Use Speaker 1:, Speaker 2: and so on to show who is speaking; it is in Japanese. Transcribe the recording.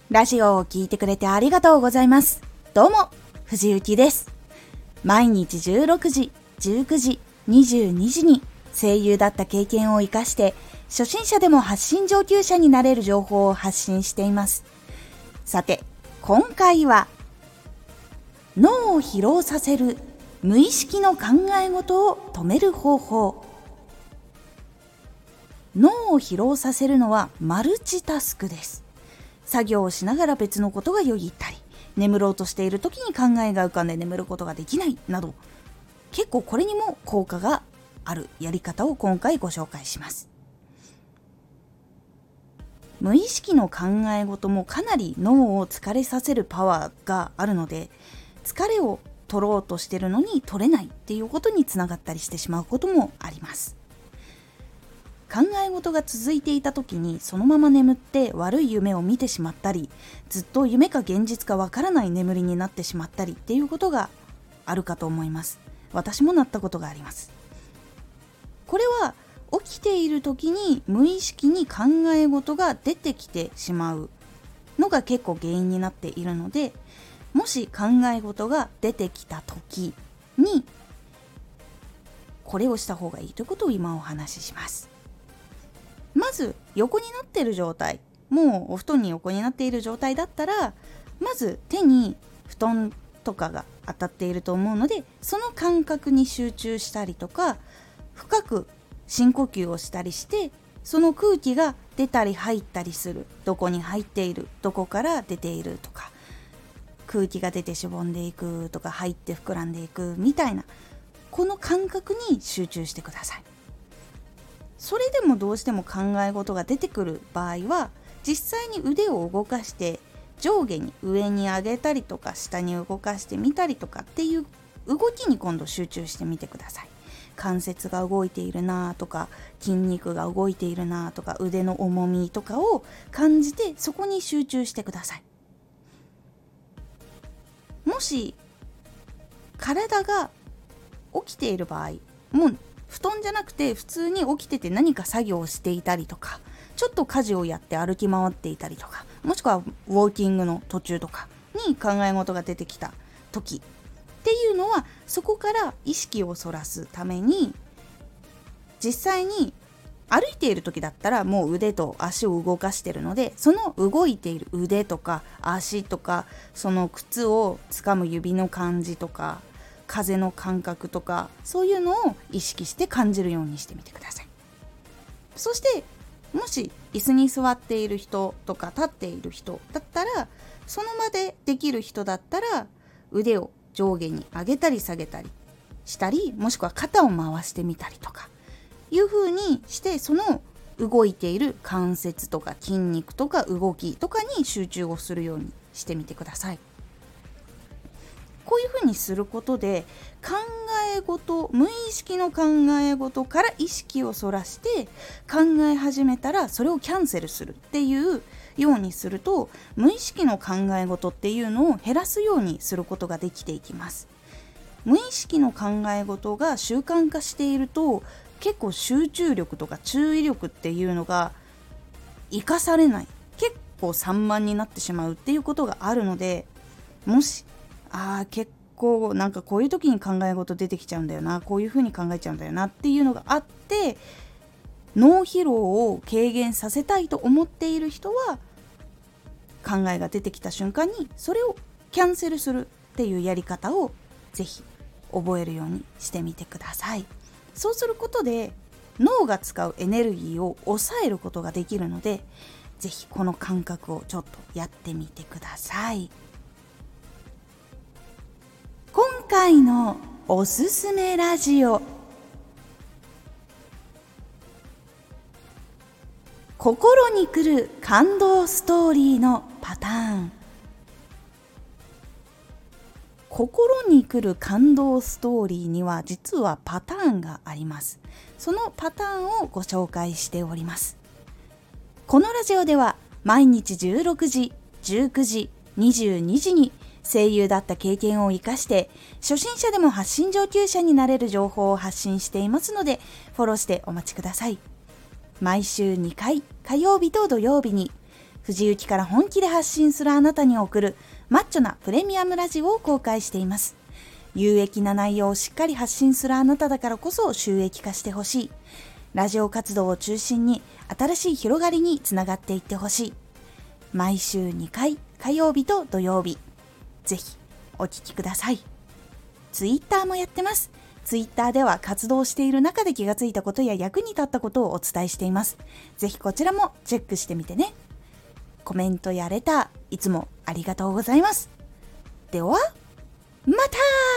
Speaker 1: ラジオを聞いてくれてありがとうございます。どうも、藤幸です。毎日16時、19時、22時に声優だった経験を生かして初心者でも発信上級者になれる情報を発信しています。さて、今回は脳を疲労させる無意識の考え事を止める方法。脳を疲労させるのはマルチタスクです。作業をしながら別のことがよぎったり、眠ろうとしている時に考えが浮かんで眠ることができないなど、結構これにも効果があるやり方を今回ご紹介します。無意識の考え事もかなり脳を疲れさせるパワーがあるので、疲れを取ろうとしているのに取れないっていうことにつながったりしてしまうこともあります。考え事が続いていた時にそのまま眠って悪い夢を見てしまったり、ずっと夢か現実かわからない眠りになってしまったりっていうことがあるかと思います。私もなったことがあります。これは起きている時に無意識に考え事が出てきてしまうのが結構原因になっているので、もし考え事が出てきた時にこれをした方がいいということを今お話しします。まず横になっている状態、もうお布団に横になっている状態だったら、まず手に布団とかが当たっていると思うので、その感覚に集中したりとか、深く深呼吸をしたりして、その空気が出たり入ったりする、どこに入っている、どこから出ているとか、空気が出てしぼんでいくとか、入って膨らんでいくみたいな、この感覚に集中してください。それでもどうしても考え事が出てくる場合は、実際に腕を動かして上下に上に上げたりとか、下に動かしてみたりとかっていう動きに今度集中してみてください。関節が動いているなとか、筋肉が動いているなとか、腕の重みとかを感じて、そこに集中してください。もし体が起きている場合、もう布団じゃなくて普通に起きてて何か作業をしていたりとか、ちょっと家事をやって歩き回っていたりとか、もしくはウォーキングの途中とかに考え事が出てきた時っていうのは、そこから意識をそらすために、実際に歩いている時だったらもう腕と足を動かしているので、その動いている腕とか足とか、その靴を掴む指の感じとか、風の感覚とか、そういうのを意識して感じるようにしてみてください。そしてもし椅子に座っている人とか立っている人だったら、その場でできる人だったら腕を上下に上げたり下げたりしたり、もしくは肩を回してみたりとかいう風にして、その動いている関節とか筋肉とか動きとかに集中をするようにしてみてください。こういうふうにすることで、考え事、無意識の考え事から意識をそらして考え始めたら、それをキャンセルするっていうようにすると、無意識の考え事っていうのを減らすようにすることができていきます。無意識の考え事が習慣化していると、結構集中力とか注意力っていうのが生かされない、結構散漫になってしまうっていうことがあるので、もし結構なんかこういう時に考え事出てきちゃうんだよな、こういう風に考えちゃうんだよなっていうのがあって、脳疲労を軽減させたいと思っている人は、考えが出てきた瞬間にそれをキャンセルするっていうやり方をぜひ覚えるようにしてみてください。そうすることで脳が使うエネルギーを抑えることができるので、ぜひこの感覚をちょっとやってみてください。今回のおすすめラジオ、心に来る感動ストーリーのパターン。心に来る感動ストーリーには実はパターンがあります。そのパターンをご紹介しております。このラジオでは毎日16時、19時、22時に声優だった経験を生かして初心者でも発信上級者になれる情報を発信していますので、フォローしてお待ちください。毎週2回、火曜日と土曜日に藤雪から本気で発信するあなたに送るマッチョなプレミアムラジオを公開しています。有益な内容をしっかり発信するあなただからこそ収益化してほしい。ラジオ活動を中心に新しい広がりにつながっていってほしい。毎週2回、火曜日と土曜日。ぜひお聞きください。ツイッターもやってます。ツイッターでは活動している中で気がついたことや役に立ったことをお伝えしています。ぜひこちらもチェックしてみてね。コメントやレター、いつもありがとうございます。では、また